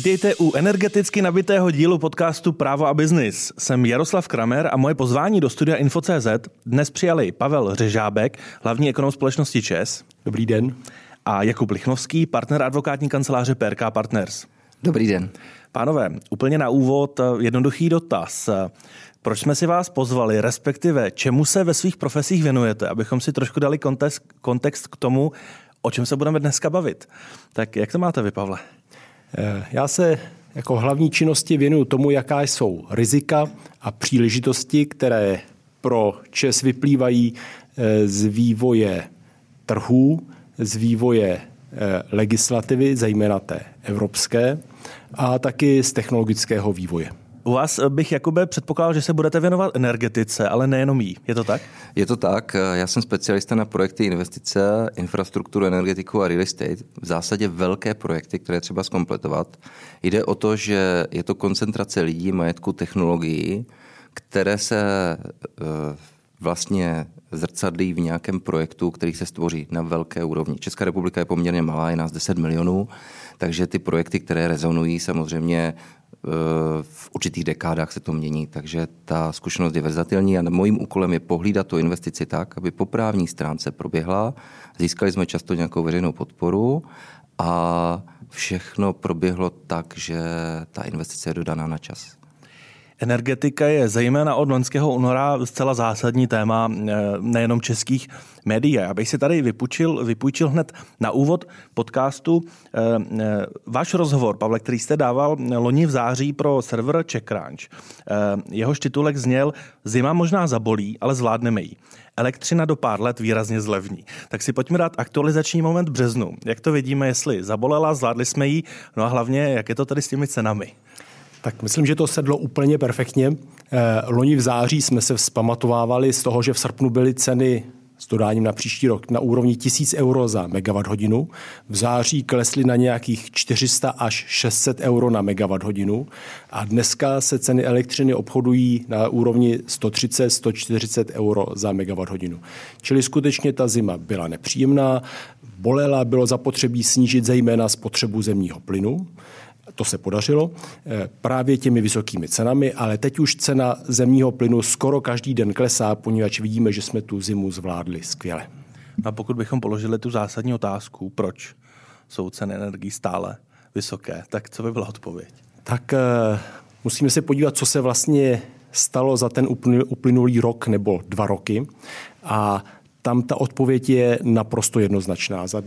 Vítejte u energeticky nabitého dílu podcastu Právo a biznis. Jsem Jaroslav Kramer a moje pozvání do studia Info.cz dnes přijali Pavel Řežábek, hlavní ekonom společnosti ČEZ. Dobrý den. A Jakub Lichnovský, partner advokátní kanceláře PRK Partners. Dobrý den. Pánové, úplně na úvod jednoduchý dotaz. Proč jsme si vás pozvali, respektive čemu se ve svých profesích věnujete, abychom si trošku dali kontext k tomu, o čem se budeme dneska bavit. Tak jak to máte vy, Pavle? Já se jako hlavní činnosti věnuju tomu, jaká jsou rizika a příležitosti, které pro ČEZ vyplývají z vývoje trhů, z vývoje legislativy, zejména té evropské, a taky z technologického vývoje. U vás bych, Jakube, předpokládal, že se budete věnovat energetice, ale nejenom jí. Je to tak? Je to tak. Já jsem specialista na projekty investice, infrastrukturu, energetiku a real estate. V zásadě velké projekty, které třeba zkompletovat. Jde o to, že je to koncentrace lidí, majetku, technologií, které se vlastně zrcadlí v nějakém projektu, který se stvoří na velké úrovni. Česká republika je poměrně malá, je nás 10 milionů, takže ty projekty, které rezonují, samozřejmě v určitých dekádách se to mění, takže ta zkušenost je verzatilní a mojím úkolem je pohlídat tu investici tak, aby po právní stránce proběhla. Získali jsme často nějakou veřejnou podporu a všechno proběhlo tak, že ta investice je dodaná na čas. Energetika je zejména od loňského února zcela zásadní téma nejenom českých médií. Já bych si tady vypůjčil hned na úvod podcastu váš rozhovor, Pavle, který jste dával loni v září pro server CzechCrunch. Jehož titulek zněl: Zima možná zabolí, ale zvládneme ji. Elektřina do pár let výrazně zlevní. Tak si pojďme dát aktualizační moment březnu. Jak to vidíme, jestli zabolela, zvládli jsme ji, no a hlavně, jak je to tady s těmi cenami? Tak myslím, že to sedlo úplně perfektně. Loni v září jsme se vzpamatovávali z toho, že v srpnu byly ceny s dodáním na příští rok na úrovni 1000 euro za megawatt hodinu. V září klesly na nějakých 400 až 600 euro na megawatt hodinu. A dneska se ceny elektřiny obchodují na úrovni 130-140 euro za megawatt hodinu. Čili skutečně ta zima byla nepříjemná, bolela, bylo zapotřebí snížit zejména spotřebu zemního plynu. To se podařilo právě těmi vysokými cenami, ale teď už cena zemního plynu skoro každý den klesá, poněvadž vidíme, že jsme tu zimu zvládli skvěle. A pokud bychom položili tu zásadní otázku, proč jsou ceny energií stále vysoké, tak co by byla odpověď? Tak musíme se podívat, co se vlastně stalo za ten uplynulý rok nebo 2 roky. A tam ta odpověď je naprosto jednoznačná. Za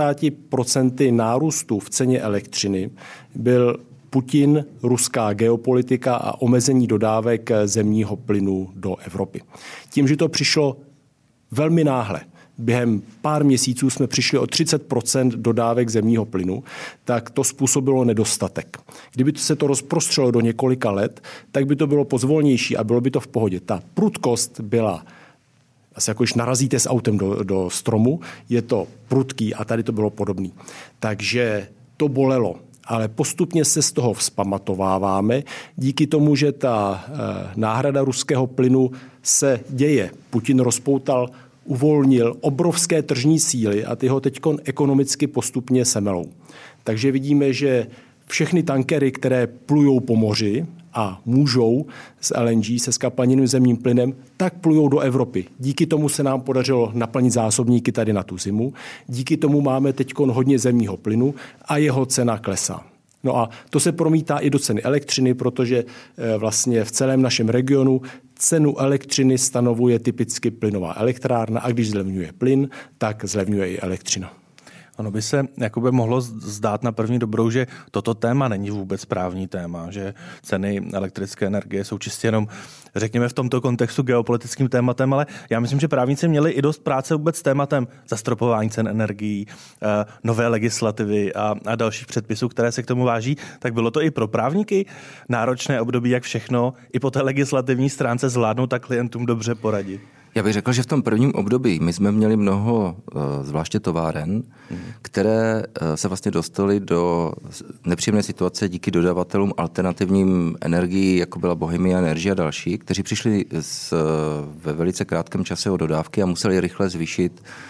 90% nárůstu v ceně elektřiny byl Putin, ruská geopolitika a omezení dodávek zemního plynu do Evropy. Tím, že to přišlo velmi náhle, během pár měsíců jsme přišli o 30% dodávek zemního plynu, tak to způsobilo nedostatek. Kdyby se to rozprostřelo do několika let, tak by to bylo pozvolnější a bylo by to v pohodě. Ta prudkost byla asi jako když narazíte s autem do stromu, je to prudký a tady to bylo podobný. Takže to bolelo, ale postupně se z toho vzpamatováváme díky tomu, že ta náhrada ruského plynu se děje. Putin rozpoutal, uvolnil obrovské tržní síly a ty ho teď ekonomicky postupně semelou. Takže vidíme, že všechny tankery, které plujou po moři a můžou s LNG, se zkapalněným zemním plynem, tak plujou do Evropy. Díky tomu se nám podařilo naplnit zásobníky tady na tu zimu. Díky tomu máme teď hodně zemního plynu a jeho cena klesá. No a to se promítá i do ceny elektřiny, protože vlastně v celém našem regionu cenu elektřiny stanovuje typicky plynová elektrárna a když zlevňuje plyn, tak zlevňuje i elektřina. Ono by se jakoby mohlo zdát na první dobrou, že toto téma není vůbec právní téma, že ceny elektrické energie jsou čistě jenom, řekněme, v tomto kontextu geopolitickým tématem, ale já myslím, že právníci měli i dost práce vůbec s tématem zastropování cen energií, nové legislativy a dalších předpisů, které se k tomu váží. Tak bylo to i pro právníky náročné období, jak všechno i po té legislativní stránce zvládnout tak klientům dobře poradit. Já bych řekl, že v tom prvním období my jsme měli mnoho, zvláště továren, které se vlastně dostaly do nepříjemné situace díky dodavatelům alternativním energií, jako byla Bohemia Energy a další, kteří přišli ve velice krátkém čase o dodávky a museli rychle zvýšit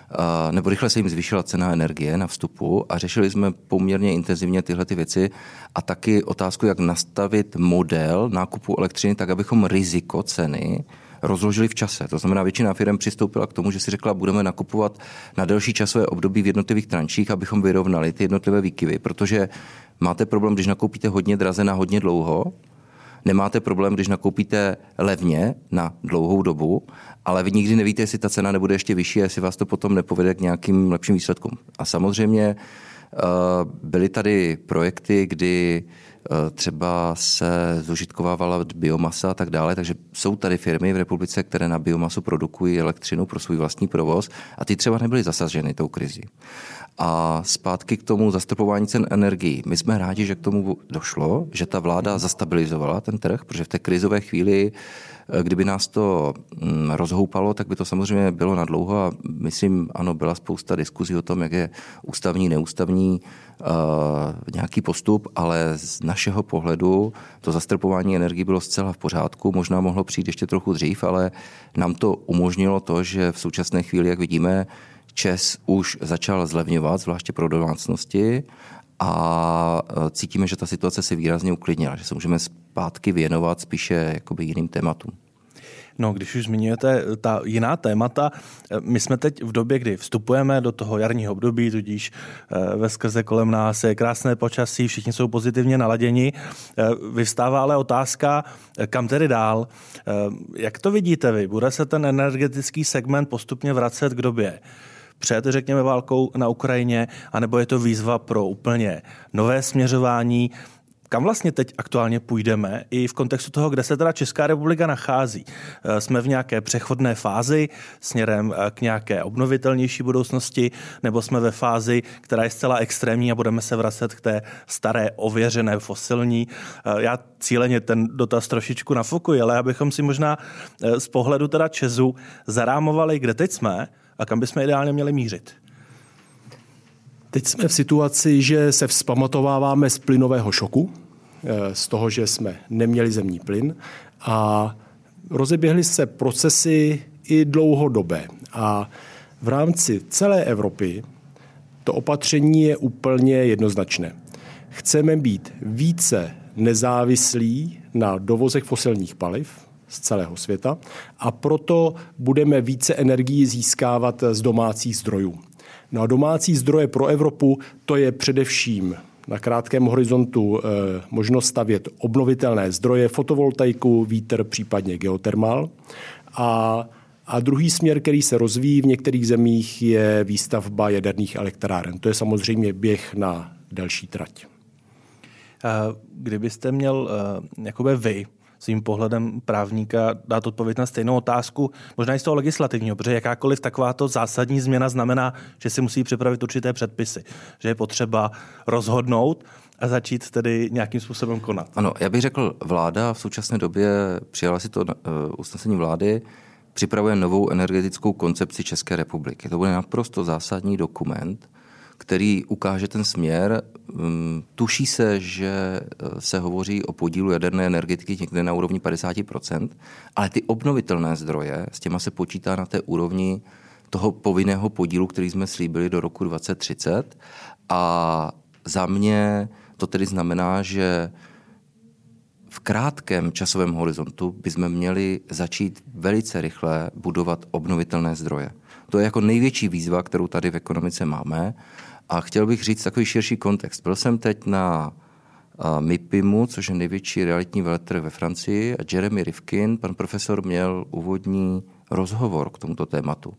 nebo rychle se jim zvýšila cena energie na vstupu a řešili jsme poměrně intenzivně tyhle ty věci a taky otázku, jak nastavit model nákupu elektřiny tak, abychom riziko ceny rozložili v čase. To znamená, většina firm přistoupila k tomu, že si řekla, budeme nakupovat na delší časové období v jednotlivých trančích, abychom vyrovnali ty jednotlivé výkyvy, protože máte problém, když nakoupíte hodně draze na hodně dlouho, nemáte problém, když nakoupíte levně na dlouhou dobu, ale vy nikdy nevíte, jestli ta cena nebude ještě vyšší a jestli vás to potom nepovede k nějakým lepším výsledkům. A samozřejmě byly tady projekty, kdy třeba se zužitkovávala biomasa a tak dále, takže jsou tady firmy v republice, které na biomasu produkují elektřinu pro svůj vlastní provoz a ty třeba nebyly zasaženy tou krizí. A zpátky k tomu zastropování cen energií. My jsme rádi, že k tomu došlo, že ta vláda zastabilizovala ten trh, protože v té krizové chvíli, kdyby nás to rozhoupalo, tak by to samozřejmě bylo nadlouho a myslím, ano, byla spousta diskuzí o tom, jak je ústavní, neústavní nějaký postup, ale z našeho pohledu to zastropování energií bylo zcela v pořádku, možná mohlo přijít ještě trochu dřív, ale nám to umožnilo to, že v současné chvíli, jak vidíme, ČEZ už začal zlevňovat, zvláště pro domácnosti a cítíme, že ta situace se výrazně uklidnila, že se můžeme zpátky věnovat spíše jakoby jiným tématům. No, když už zmiňujete ta jiná témata, my jsme teď v době, kdy vstupujeme do toho jarního období, tudíž veskrze kolem nás je krásné počasí, všichni jsou pozitivně naladěni. Vyvstává ale otázka, kam tedy dál. Jak to vidíte vy? Bude se ten energetický segment postupně vracet k době před, řekněme, válkou na Ukrajině, anebo je to výzva pro úplně nové směřování? Kam vlastně teď aktuálně půjdeme i v kontextu toho, kde se teda Česká republika nachází? Jsme v nějaké přechodné fázi směrem k nějaké obnovitelnější budoucnosti, nebo jsme ve fázi, která je zcela extrémní a budeme se vracet k té staré, ověřené, fosilní? Já cíleně ten dotaz trošičku nafokuji, ale abychom si možná z pohledu teda ČEZu zarámovali, kde teď jsme a kam bychom ideálně měli mířit. Teď jsme v situaci, že se vzpamatováváme z plynového šoku, z toho, že jsme neměli zemní plyn a rozeběhly se procesy i dlouhodobé. A v rámci celé Evropy to opatření je úplně jednoznačné. Chceme být více nezávislí na dovozech fosilních paliv z celého světa a proto budeme více energií získávat z domácích zdrojů. No a domácí zdroje pro Evropu, to je především na krátkém horizontu možnost stavět obnovitelné zdroje, fotovoltaiku, vítr, případně geotermál. A druhý směr, který se rozvíjí v některých zemích, je výstavba jaderných elektráren. To je samozřejmě běh na delší trať. Kdybyste měl jakoby vy svým pohledem právníka dát odpověď na stejnou otázku, možná i z toho legislativního, protože jakákoliv takováto zásadní změna znamená, že si musí připravit určité předpisy, že je potřeba rozhodnout a začít tedy nějakým způsobem konat. Ano, já bych řekl, vláda v současné době přijala si to usnesení vlády, připravuje novou energetickou koncepci České republiky. To bude naprosto zásadní dokument, který ukáže ten směr. Tuší se, že se hovoří o podílu jaderné energetiky někde na úrovni 50%, ale ty obnovitelné zdroje, s těma se počítá na té úrovni toho povinného podílu, který jsme slíbili do roku 2030. A za mě to tedy znamená, že v krátkém časovém horizontu bychom měli začít velice rychle budovat obnovitelné zdroje. To je jako největší výzva, kterou tady v ekonomice máme. A chtěl bych říct takový širší kontext. Byl jsem teď na MIPIMu, což je největší realitní veletrh ve Francii, a Jeremy Rifkin, pan profesor, měl úvodní rozhovor k tomuto tématu.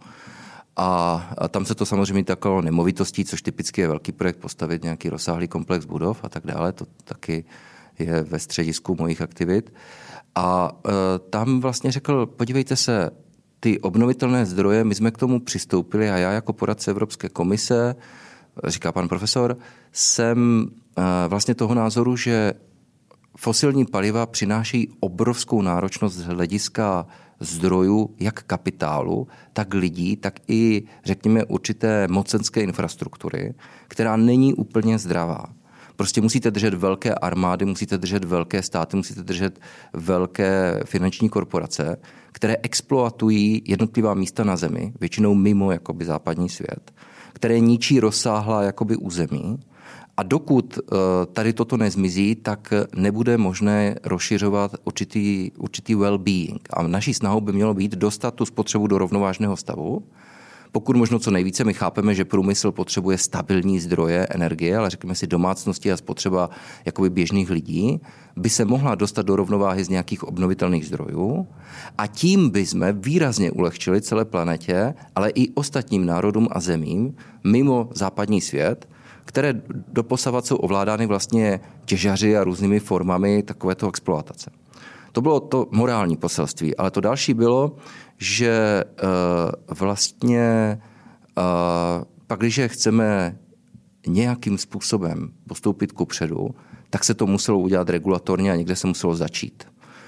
A tam se to samozřejmě takalo nemovitostí, což typicky je velký projekt postavit nějaký rozsáhlý komplex budov a tak dále. To taky je ve středisku mojich aktivit. A tam vlastně řekl, podívejte se, ty obnovitelné zdroje, my jsme k tomu přistoupili a já jako poradce Evropské komise, říká pan profesor, jsem vlastně toho názoru, že fosilní paliva přinášejí obrovskou náročnost z hlediska zdrojů, jak kapitálu, tak lidí, tak i, řekněme, určité mocenské infrastruktury, která není úplně zdravá. Prostě musíte držet velké armády, musíte držet velké státy, musíte držet velké finanční korporace, které exploatují jednotlivá místa na zemi, většinou mimo jakoby západní svět, které ničí rozsáhlá jakoby území. A dokud tady toto nezmizí, tak nebude možné rozšiřovat určitý well-being. A naší snahou by mělo být dostat tu spotřebu do rovnovážného stavu. Pokud možno co nejvíce, my chápeme, že průmysl potřebuje stabilní zdroje energie, ale řekněme si domácnosti a spotřeba jakoby běžných lidí by se mohla dostat do rovnováhy z nějakých obnovitelných zdrojů a tím by jsme výrazně ulehčili celé planetě, ale i ostatním národům a zemím mimo západní svět, které doposavat jsou ovládány vlastně těžaři a různými formami takovéto exploatace. To bylo to morální poselství, ale to další bylo, že vlastně pak, když chceme nějakým způsobem postoupit kupředu, tak se to muselo udělat regulatorně a někde se muselo začít.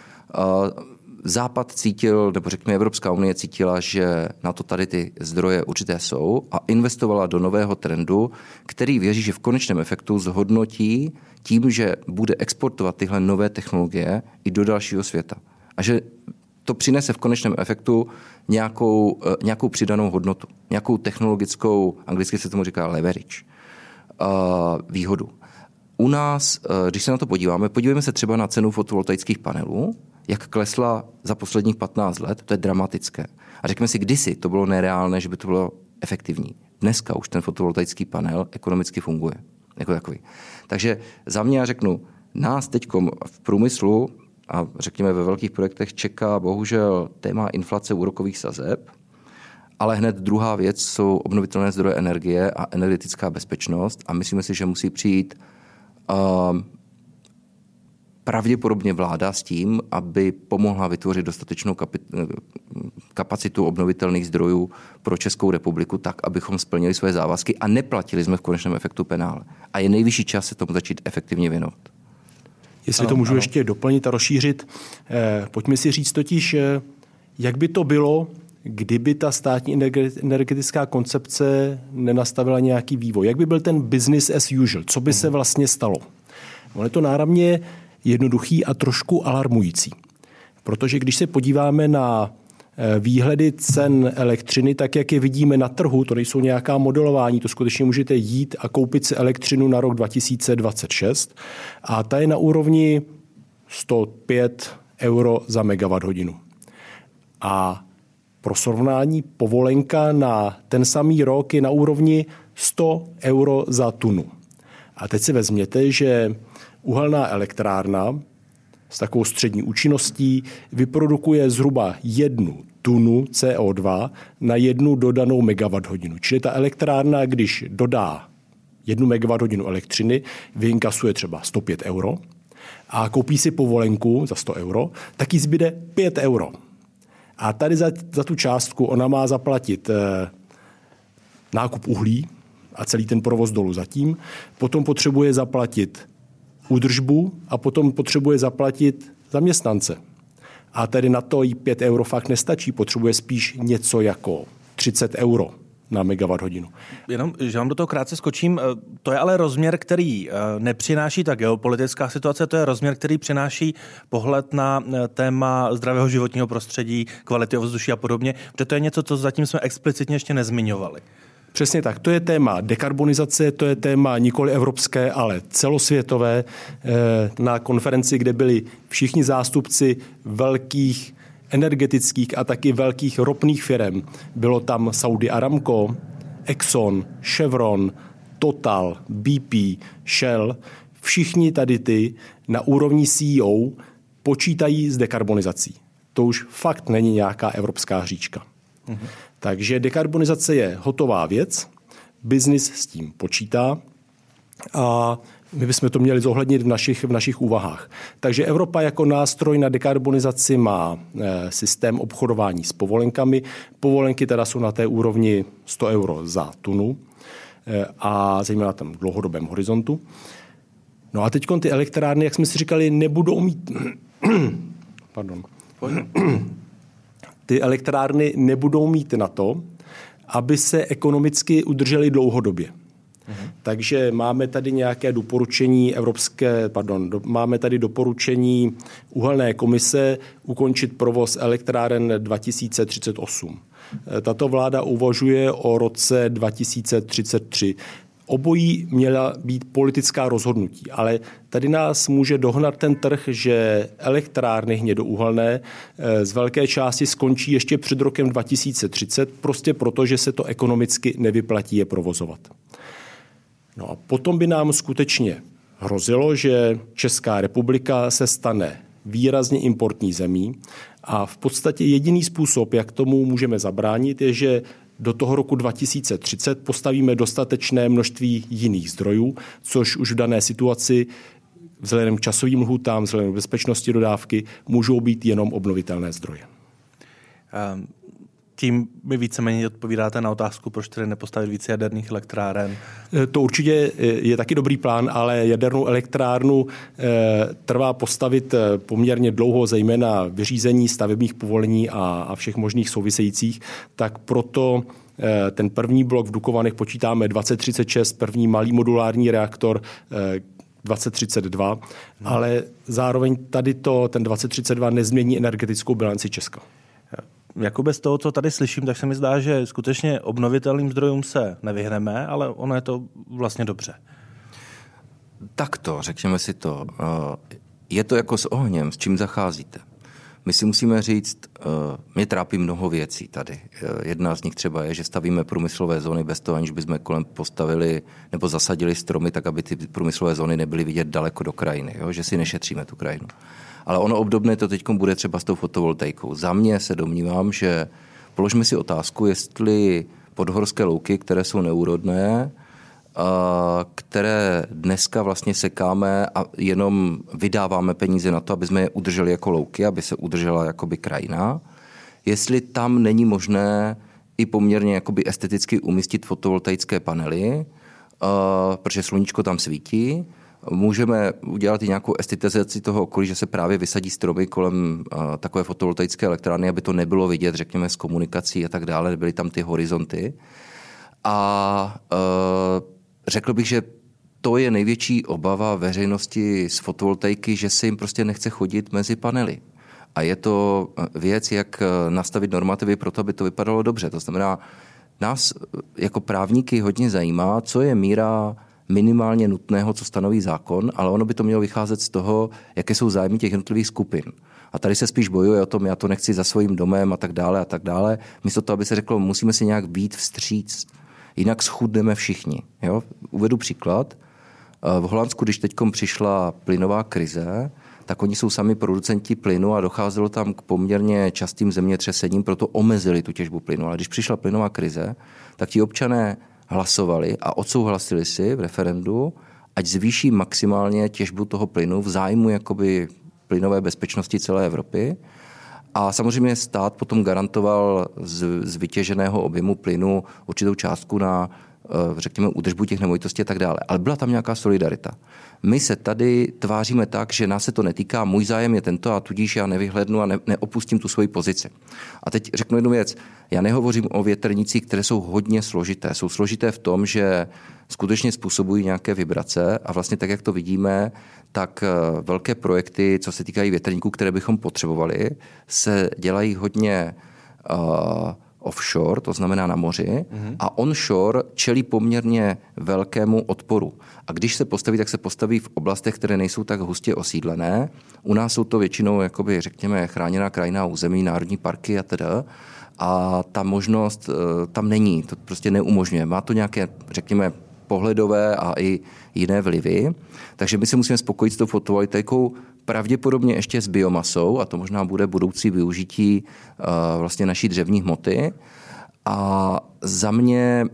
Západ cítil, nebo řekněme Evropská unie cítila, že na to tady ty zdroje určité jsou a investovala do nového trendu, který věří, že v konečném efektu zhodnotí tím, že bude exportovat tyhle nové technologie i do dalšího světa. A že to přinese v konečném efektu nějakou přidanou hodnotu, nějakou technologickou, anglicky se tomu říká leverage, výhodu. U nás, když se na to podíváme se třeba na cenu fotovoltaických panelů, jak klesla za posledních 15 let, to je dramatické. A řekněme si, kdysi to bylo nereálné, že by to bylo efektivní. Dneska už ten fotovoltaický panel ekonomicky funguje. Jako takový. Takže za mě já řeknu, nás teď v průmyslu a řekněme ve velkých projektech čeká bohužel téma inflace úrokových sazeb, ale hned druhá věc jsou obnovitelné zdroje energie a energetická bezpečnost a myslíme si, že musí přijít pravděpodobně vláda s tím, aby pomohla vytvořit dostatečnou kapacitu obnovitelných zdrojů pro Českou republiku tak, abychom splnili své závazky a neplatili jsme v konečném efektu penále. A je nejvyšší čas se tomu začít efektivně věnovat. Jestli to můžu ještě doplnit a rozšířit, pojďme si říct totiž, jak by to bylo, kdyby ta státní energetická koncepce nenastavila nějaký vývoj. Jak by byl ten business as usual? Co by se vlastně stalo? On je to náramně jednoduchý a trošku alarmující. Protože když se podíváme na výhledy cen elektřiny, tak jak je vidíme na trhu, to nejsou nějaká modelování, to skutečně můžete jít a koupit si elektřinu na rok 2026 a ta je na úrovni 105 euro za megawatt hodinu. A pro srovnání povolenka na ten samý rok je na úrovni 100 euro za tunu. A teď si vezměte, že uhelná elektrárna s takovou střední účinností vyprodukuje zhruba 1 tunu CO2 na 1 dodanou megawatt hodinu. Čili ta elektrárna, když dodá 1 megawatt hodinu elektřiny, vyinkasuje třeba 105 euro a koupí si povolenku za 100 euro, tak jí zbyde 5 euro. A tady za tu částku ona má zaplatit nákup uhlí a celý ten provoz dolů zatím, potom potřebuje zaplatit údržbu a potom potřebuje zaplatit zaměstnance. A tedy na to jí 5 euro fakt nestačí, potřebuje spíš něco jako 30 euro na megawatt hodinu. Jenom, že vám do toho krátce skočím, to je ale rozměr, který nepřináší ta geopolitická situace, to je rozměr, který přináší pohled na téma zdravého životního prostředí, kvality ovzduší a podobně, protože to je něco, co zatím jsme explicitně ještě nezmiňovali. Přesně tak. To je téma dekarbonizace, to je téma nikoli evropské, ale celosvětové. Na konferenci, kde byli všichni zástupci velkých energetických a taky velkých ropných firem. Bylo tam Saudi Aramco, Exxon, Chevron, Total, BP, Shell. Všichni tady ty na úrovni CEO počítají s dekarbonizací. To už fakt není nějaká evropská hříčka. Takže dekarbonizace je hotová věc, biznis s tím počítá a my bychom to měli zohlednit v našich úvahách. Takže Evropa jako nástroj na dekarbonizaci má systém obchodování s povolenkami. Povolenky teda jsou na té úrovni 100 euro za tunu a zejména tam v dlouhodobém horizontu. No a teď ty elektrárny, jak jsme si říkali, nebudou mít... Pardon. Ty elektrárny nebudou mít na to, aby se ekonomicky udržely dlouhodobě. Takže máme tady nějaké doporučení máme tady doporučení Uhelné komise ukončit provoz elektráren 2038. Tato vláda uvažuje o roce 2033. Obojí měla být politická rozhodnutí, ale tady nás může dohnat ten trh, že elektrárny hnědouhelné z velké části skončí ještě před rokem 2030, prostě proto, že se to ekonomicky nevyplatí je provozovat. No a potom by nám skutečně hrozilo, že Česká republika se stane výrazně importní zemí a v podstatě jediný způsob, jak tomu můžeme zabránit, je, že do toho roku 2030 postavíme dostatečné množství jiných zdrojů, což už v dané situaci vzhledem k časovým lhůtám, vzhledem k bezpečnosti dodávky, můžou být jenom obnovitelné zdroje. Tím mi víceméně odpovídáte na otázku, proč tedy nepostavit více jaderných elektráren. To určitě je taky dobrý plán, ale jadernou elektrárnu trvá postavit poměrně dlouho, zejména vyřízení stavebních povolení a všech možných souvisejících, tak proto ten první blok v Dukovanech počítáme 2036, první malý modulární reaktor 2032, ale zároveň tady ten 2032 nezmění energetickou bilanci Česka. Jakube, z toho, co tady slyším, tak se mi zdá, že skutečně obnovitelným zdrojům se nevyhneme, ale ono je to vlastně dobře. Tak to, řekněme si to. Je to jako s ohněm, s čím zacházíte. My si musíme říct, mě trápí mnoho věcí tady. Jedna z nich třeba je, že stavíme průmyslové zóny bez toho, aniž bychom kolem postavili nebo zasadili stromy, tak aby ty průmyslové zóny nebyly vidět daleko do krajiny, jo? Že si nešetříme tu krajinu. Ale ono obdobné to teď bude třeba s tou fotovoltaikou. Za mě se domnívám, že položme si otázku, jestli podhorské louky, které jsou neúrodné, které dneska vlastně sekáme a jenom vydáváme peníze na to, aby jsme je udrželi jako louky, aby se udržela jakoby krajina, jestli tam není možné i poměrně jakoby esteticky umístit fotovoltaické panely, protože sluníčko tam svítí. Můžeme udělat i nějakou estetizaci toho okolí, že se právě vysadí stromy kolem takové fotovoltaické elektrárny, aby to nebylo vidět, řekněme, z komunikací a tak dále, nebyly tam ty horizonty. A řekl bych, že to je největší obava veřejnosti z fotovoltaiky, že se jim prostě nechce chodit mezi panely. A je to věc, jak nastavit normativy pro to, aby to vypadalo dobře. To znamená, nás jako právníky hodně zajímá, co je míra minimálně nutného, co stanoví zákon, ale ono by to mělo vycházet z toho, jaké jsou zájmy těch jednotlivých skupin. A tady se spíš bojuje o tom, já to nechci za svým domem a tak dále a tak dále. Místo toho, aby se řeklo, musíme si nějak být vstříc. Jinak schudneme všichni. Jo? Uvedu příklad. V Holandsku, když teď přišla plynová krize, tak oni jsou sami producenti plynu a docházelo tam k poměrně častým zemětřesením, proto omezili tu těžbu plynu. Ale když přišla plynová krize, tak ti občané hlasovali a odsouhlasili si v referendu, ať zvýší maximálně těžbu toho plynu v zájmu jakoby plynové bezpečnosti celé Evropy. A samozřejmě stát potom garantoval z vytěženého objemu plynu určitou částku na, řekněme, údržbu těch nemovitostí a tak dále. Ale byla tam nějaká solidarita. My se tady tváříme tak, že nás se to netýká, můj zájem je tento a tudíž já nevyhlednu a neopustím tu svoji pozici. A teď řeknu jednu věc. Já nehovořím o větrnicích, které jsou hodně složité. Jsou složité v tom, že skutečně způsobují nějaké vibrace a vlastně tak, jak to vidíme, tak velké projekty, co se týkají větrníků, které bychom potřebovali, se dělají hodně offshore, to znamená na moři, a onshore čelí poměrně velkému odporu. A když se postaví, tak se postaví v oblastech, které nejsou tak hustě osídlené. U nás jsou to většinou, jakoby, řekněme, chráněná krajinná území, národní parky a teda. A ta možnost tam není, to prostě neumožňuje. Má to nějaké, řekněme, pohledové a i jiné vlivy. Takže my se musíme spokojit s tou fotovoltaikou, pravděpodobně ještě s biomasou, a to možná bude budoucí využití vlastně naší dřevní hmoty. A za mě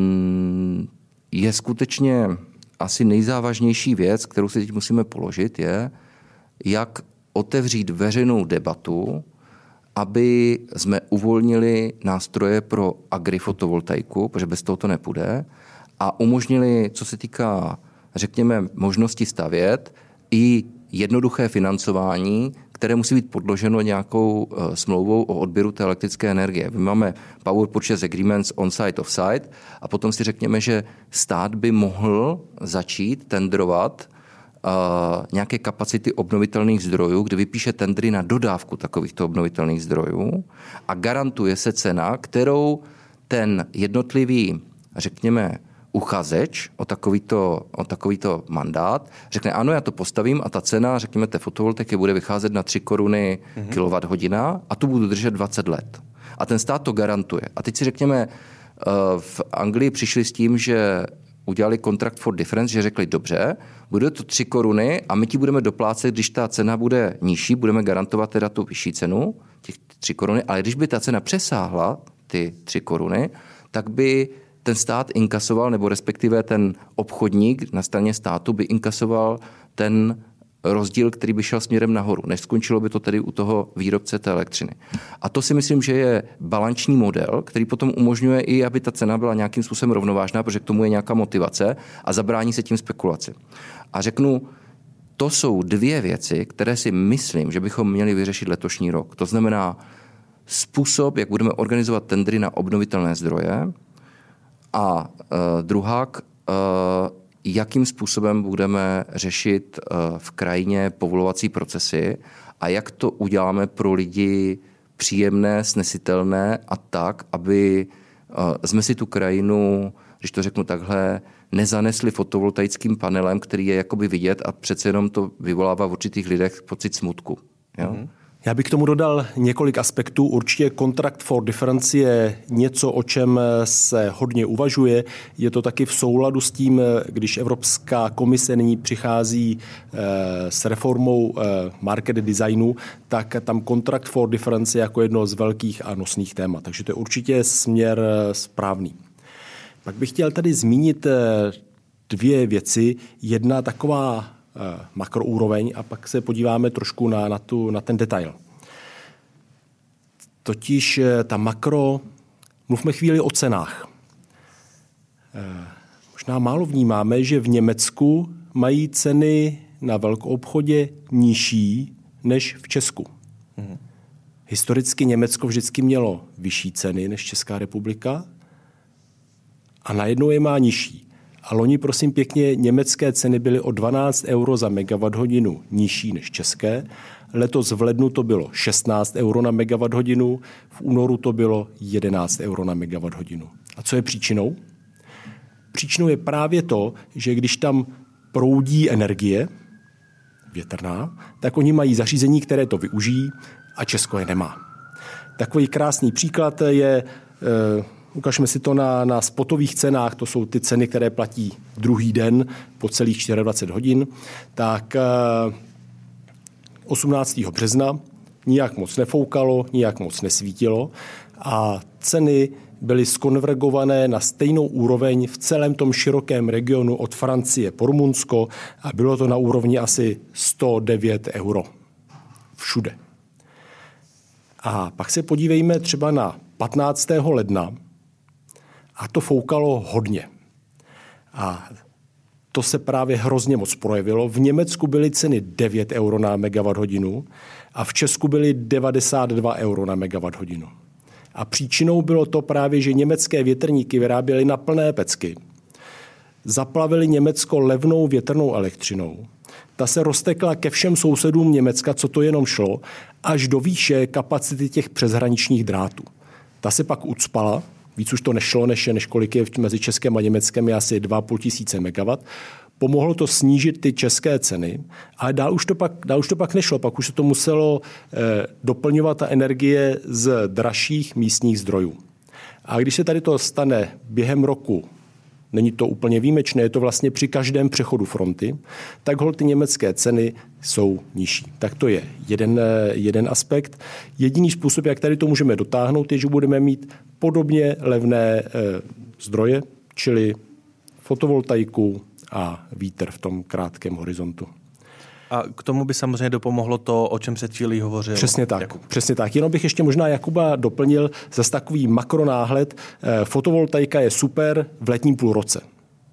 je skutečně asi nejzávažnější věc, kterou si teď musíme položit, je, jak otevřít veřejnou debatu, aby jsme uvolnili nástroje pro agrifotovoltaiku, protože bez toho to nepůjde, a umožnili, co se týká, řekněme, možnosti stavět, i jednoduché financování, které musí být podloženo nějakou smlouvou o odběru té elektrické energie. My máme Power Purchase Agreements on-site, off-site a potom si řekněme, že stát by mohl začít tendrovat nějaké kapacity obnovitelných zdrojů, kde vypíše tendry na dodávku takovýchto obnovitelných zdrojů a garantuje se cena, kterou ten jednotlivý, řekněme, uchazeč o takovýto mandát řekne, ano, já to postavím a ta cena, řekněme, té fotovoltaiky bude vycházet na 3 koruny kWh a tu budu držet 20 let. A ten stát to garantuje. A teď si řekněme, v Anglii přišli s tím, že udělali contract for difference, že řekli, dobře, bude to 3 koruny a my ti budeme doplácet, když ta cena bude nižší, budeme garantovat teda tu vyšší cenu, těch 3 koruny, ale když by ta cena přesáhla ty 3 koruny, tak by ten stát inkasoval, nebo respektive ten obchodník na straně státu by inkasoval ten rozdíl, který by šel směrem nahoru. Neskončilo by to tedy u toho výrobce té elektřiny. A to si myslím, že je balanční model, který potom umožňuje i, aby ta cena byla nějakým způsobem rovnovážná, protože k tomu je nějaká motivace a zabrání se tím spekulaci. A řeknu, to jsou 2 věci, které si myslím, že bychom měli vyřešit letošní rok. To znamená způsob, jak budeme organizovat tendry na obnovitelné zdroje a druhák, jakým způsobem budeme řešit v krajině povolovací procesy a jak to uděláme pro lidi příjemné, snesitelné a tak, aby jsme si tu krajinu, když to řeknu takhle, nezanesli fotovoltaickým panelem, který je jakoby vidět a přece jenom to vyvolává v určitých lidech pocit smutku. Jo? Já bych k tomu dodal několik aspektů. Určitě Contract for Difference je něco, o čem se hodně uvažuje. Je to taky v souladu s tím, když Evropská komise nyní přichází s reformou market designu, tak tam Contract for Difference je jako jedno z velkých a nosných témat. Takže to je určitě směr správný. Pak bych chtěl tady zmínit 2 věci. Jedna taková makroúroveň a pak se podíváme trošku na ten detail. Totiž ta makro, mluvme chvíli o cenách. Možná málo vnímáme, že v Německu mají ceny na velkoobchodě nižší než v Česku. Historicky Německo vždycky mělo vyšší ceny než Česká republika a najednou je má nižší. A loni, prosím pěkně, německé ceny byly o 12 euro za megawatthodinu nižší než české. Letos v lednu to bylo 16 euro na megawatthodinu, v únoru to bylo 11 euro na megawatthodinu. A co je příčinou? Příčinou je právě to, že když tam proudí energie větrná, tak oni mají zařízení, které to využijí a Česko je nemá. Takový krásný příklad je... Ukažme si to na spotových cenách, to jsou ty ceny, které platí druhý den po celých 24 hodin. Tak 18. března nijak moc nefoukalo, nijak moc nesvítilo a ceny byly skonvergované na stejnou úroveň v celém tom širokém regionu od Francie po Rumunsko a bylo to na úrovni asi 109 euro. Všude. A pak se podívejme třeba na 15. ledna, a to foukalo hodně. A to se právě hrozně moc projevilo. V Německu byly ceny 9 euro na megawatthodinu a v Česku byly 92 euro na megawatthodinu. A příčinou bylo to právě, že německé větrníky vyráběly na plné pecky. Zaplavili Německo levnou větrnou elektřinou. Ta se roztekla ke všem sousedům Německa, co to jenom šlo, až do výše kapacity těch přeshraničních drátů. Ta se pak ucpala, víc už to nešlo, než kolik je mezi Českem a Německem, je asi 2,5 tisíce megawatt. Pomohlo to snížit ty české ceny, ale dál už to pak nešlo. Pak už se to muselo doplňovat ta energie z dražších místních zdrojů. A když se tady to stane během roku, není to úplně výjimečné, je to vlastně při každém přechodu fronty, tak holt ty německé ceny jsou nižší. Tak to je jeden aspekt. Jediný způsob, jak tady to můžeme dotáhnout, je, že budeme mít podobně levné zdroje, čili fotovoltaiku a vítr v tom krátkém horizontu. A k tomu by samozřejmě dopomohlo to, o čem před chvílí hovořil. Přesně tak. Jenom bych ještě možná Jakuba doplnil zase takový makronáhled. Fotovoltaika je super v letním půlroce.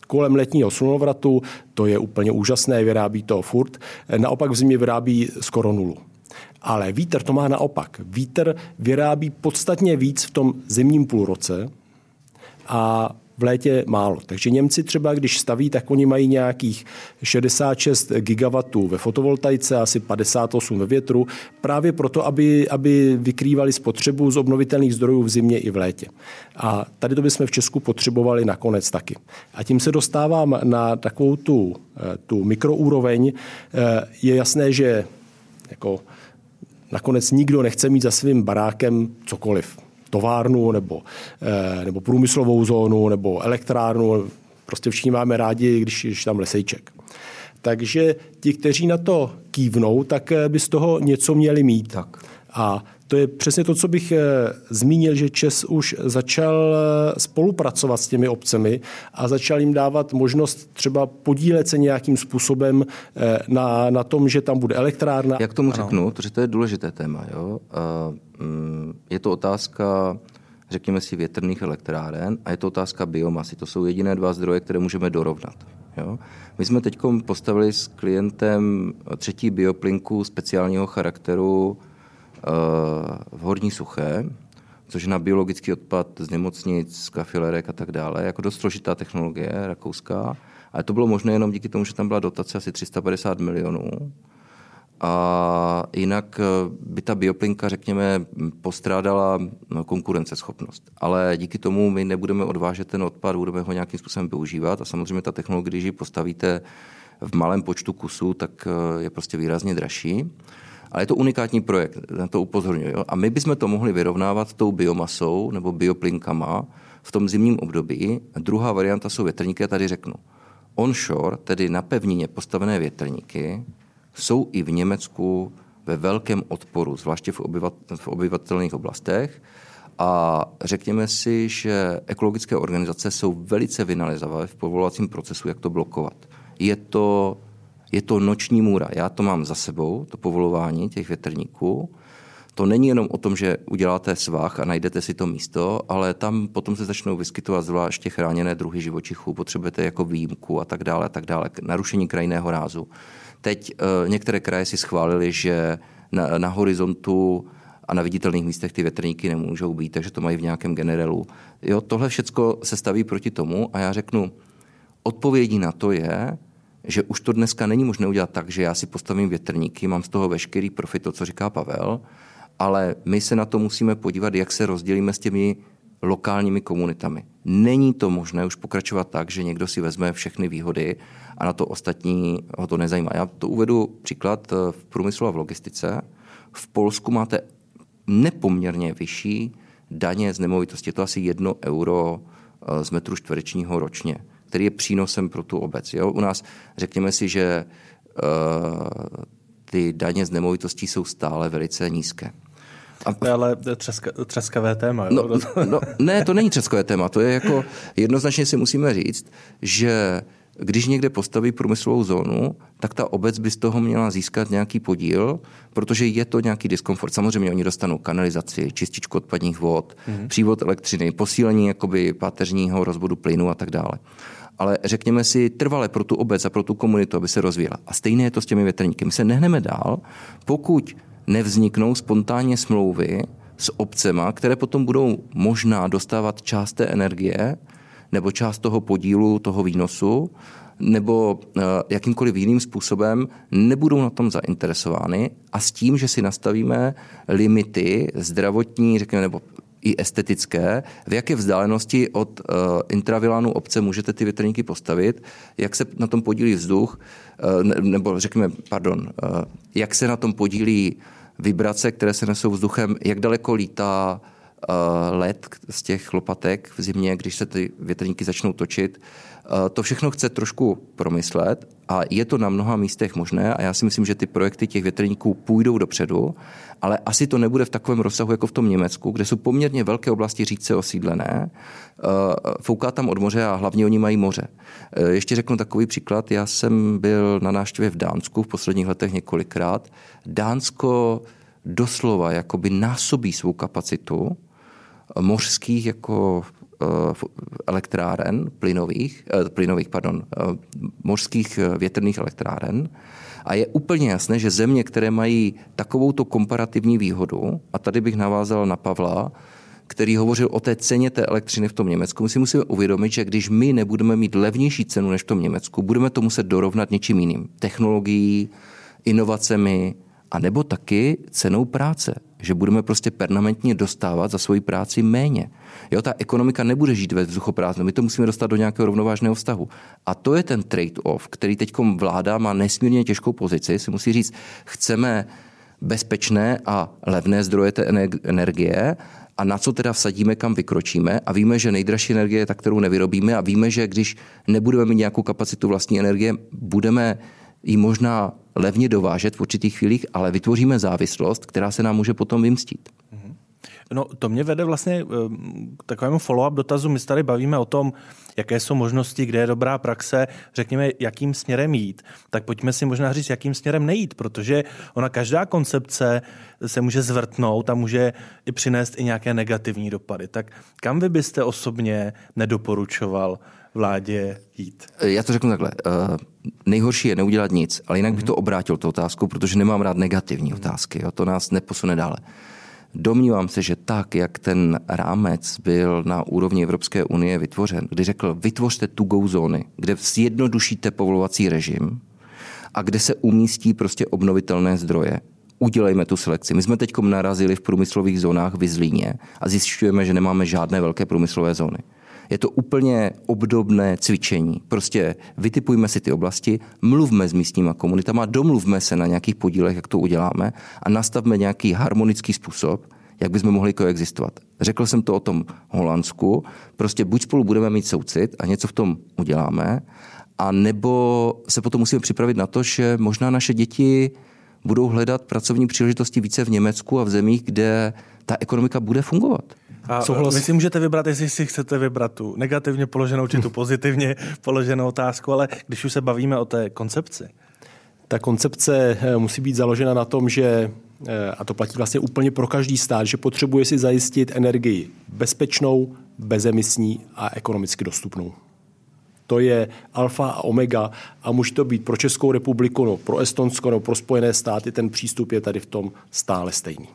kolem letního slunovratu, to je úplně úžasné, vyrábí to furt. Naopak v zimě vyrábí skoro nulu. Ale vítr to má naopak. Vítr vyrábí podstatně víc v tom zimním půlroce a v létě málo. Takže Němci třeba, když staví, tak oni mají nějakých 66 gigawatů ve fotovoltaice, asi 58 ve větru, právě proto, aby vykrývali spotřebu z obnovitelných zdrojů v zimě i v létě. A tady to bychom v Česku potřebovali nakonec taky. A tím se dostávám na takovou tu mikroúroveň. Je jasné, že jako nakonec nikdo nechce mít za svým barákem cokoliv. Továrnu nebo průmyslovou zónu nebo elektrárnu. Prostě všichni máme rádi, když tam lesejček. Takže ti, kteří na to kývnou, tak by z toho něco měli mít. Tak. A to je přesně to, co bych zmínil, že ČEZ už začal spolupracovat s těmi obcemi a začal jim dávat možnost třeba podílet se nějakým způsobem na tom, že tam bude elektrárna. Jak tomu řeknu, protože to je důležité téma. Jo? Je to otázka, řekněme si, větrných elektráren a je to otázka biomasy. To jsou jediné dva zdroje, které můžeme dorovnat. Jo? My jsme teď postavili s klientem 3. bioplynku speciálního charakteru v Horní Suché, což je na biologický odpad z nemocnic, z kafilerek a tak dále, jako dost složitá technologie rakouská. Ale to bylo možné jenom díky tomu, že tam byla dotace asi 350 milionů. A jinak by ta bioplynka, řekněme, postrádala konkurenceschopnost. Ale díky tomu my nebudeme odvážet ten odpad, budeme ho nějakým způsobem využívat a samozřejmě ta technologie, když ji postavíte v malém počtu kusů, tak je prostě výrazně dražší. Ale je to unikátní projekt, na to upozorňuji. A my bychom to mohli vyrovnávat tou biomasou nebo bioplynkama v tom zimním období. A druhá varianta jsou větrníky, já tady řeknu. Onshore, tedy na pevnině postavené větrníky, jsou i v Německu ve velkém odporu, zvláště v obyvatelných oblastech. A řekněme si, že ekologické organizace jsou velice vynalézavé v povolovacím procesu, jak to blokovat. Je to noční můra. Já to mám za sebou, to povolování těch větrníků. To není jenom o tom, že uděláte svah a najdete si to místo, ale tam potom se začnou vyskytovat zvláště chráněné druhy živočichů. Potřebujete jako výjimku a tak dále, narušení krajinného rázu. Teď některé kraje si schválili, že na horizontu a na viditelných místech ty větrníky nemůžou být, takže to mají v nějakém generelu. Jo, tohle všecko se staví proti tomu a já řeknu, odpovědí na to je, že už to dneska není možné udělat tak, že já si postavím větrníky, mám z toho veškerý profit, to, co říká Pavel, ale my se na to musíme podívat, jak se rozdělíme s těmi lokálními komunitami. Není to možné už pokračovat tak, že někdo si vezme všechny výhody a na to ostatní ho to nezajímá. Já to uvedu příklad v průmyslu a v logistice. V Polsku máte nepoměrně vyšší daně z nemovitosti. Je to asi 1 euro z metru čtverečního ročně, který je přínosem pro tu obec. Jo? U nás řekněme si, že ty daně z nemovitostí jsou stále velice nízké. Ale třeskavé téma. Jo? Ne, to není třeskové téma. To je jako jednoznačně si musíme říct, že když někde postaví průmyslovou zónu, tak ta obec by z toho měla získat nějaký podíl, protože je to nějaký diskomfort. Samozřejmě oni dostanou kanalizaci, čističku odpadních vod, přívod elektřiny, posílení jakoby páteřního rozvodu plynu a tak dále. Ale řekněme si trvale pro tu obec a pro tu komunitu, aby se rozvíjela. A stejné je to s těmi větrníky. My se nehneme dál, pokud nevzniknou spontánně smlouvy s obcema, které potom budou možná dostávat část té energie nebo část toho podílu, toho výnosu, nebo jakýmkoliv jiným způsobem nebudou na tom zainteresovány a s tím, že si nastavíme limity zdravotní, řekněme, nebo i estetické, v jaké vzdálenosti od intravilánu obce můžete ty větrníky postavit, jak se na tom podílí vzduch, nebo řekněme, jak se na tom podílí vibrace, které se nesou vzduchem, jak daleko lítá led z těch lopatek v zimě, když se ty větrníky začnou točit. To všechno chce trošku promyslet a je to na mnoha místech možné a já si myslím, že ty projekty těch větrníků půjdou dopředu, ale asi to nebude v takovém rozsahu jako v tom Německu, kde jsou poměrně velké oblasti řídce osídlené, fouká tam od moře a hlavně oni mají moře. Ještě řeknu takový příklad, já jsem byl na návštěvě v Dánsku v posledních letech několikrát. Dánsko doslova jakoby násobí svou kapacitu mořských jako elektráren mořských větrných elektráren. A je úplně jasné, že země, které mají takovouto komparativní výhodu, a tady bych navázal na Pavla, který hovořil o té ceně té elektřiny v tom Německu, my si musíme uvědomit, že když my nebudeme mít levnější cenu než v tom Německu, budeme to muset dorovnat něčím jiným. Technologií, inovacemi, a nebo taky cenou práce. Že budeme prostě permanentně dostávat za svoji práci méně. Jo, ta ekonomika nebude žít ve vzduchoprázdnu. My to musíme dostat do nějakého rovnovážného vztahu. A to je ten trade-off, který teď vláda má nesmírně těžkou pozici. Si musí říct, chceme bezpečné a levné zdroje té energie a na co teda vsadíme, kam vykročíme. A víme, že nejdražší energie je ta, kterou nevyrobíme, a víme, že když nebudeme mít nějakou kapacitu vlastní energie, budeme ji možná levně dovážet v určitých chvílích, ale vytvoříme závislost, která se nám může potom vymstít. No, to mě vede vlastně k takovému follow-up dotazu. My se tady bavíme o tom, jaké jsou možnosti, kde je dobrá praxe, řekněme, jakým směrem jít. Tak pojďme si možná říct, jakým směrem nejít, protože ona každá koncepce se může zvrtnout a může i přinést i nějaké negativní dopady. Tak kam vy byste osobně nedoporučoval vládě jít? Já to řeknu takhle. Nejhorší je neudělat nic, ale jinak bych to obrátil tu otázku, protože nemám rád negativní otázky. Jo? To nás neposune dále. Domnívám se, že tak, jak ten rámec byl na úrovni Evropské unie vytvořen, kdy řekl, vytvořte to-go zóny, kde zjednodušíte povolovací režim a kde se umístí prostě obnovitelné zdroje. Udělejme tu selekci. My jsme teď narazili v průmyslových zónách v Zlíně a zjišťujeme, že nemáme žádné velké průmyslové zóny. Je to úplně obdobné cvičení. Prostě vytipujme si ty oblasti, mluvme s místníma komunitama, domluvme se na nějakých podílech, jak to uděláme, a nastavme nějaký harmonický způsob, jak bychom mohli koexistovat. Řekl jsem to o tom Holandsku, prostě buď spolu budeme mít soucit a něco v tom uděláme, a nebo se potom musíme připravit na to, že možná naše děti budou hledat pracovní příležitosti více v Německu a v zemích, kde ta ekonomika bude fungovat. A vy si můžete vybrat, jestli si chcete vybrat tu negativně položenou či tu pozitivně položenou otázku, ale když už se bavíme o té koncepci. Ta koncepce musí být založena na tom, že, a to platí vlastně úplně pro každý stát, že potřebuje si zajistit energii bezpečnou, bezemisní a ekonomicky dostupnou. To je alfa a omega a může to být pro Českou republiku, no, pro Estonsko, no, pro Spojené státy. Ten přístup je tady v tom stále stejný.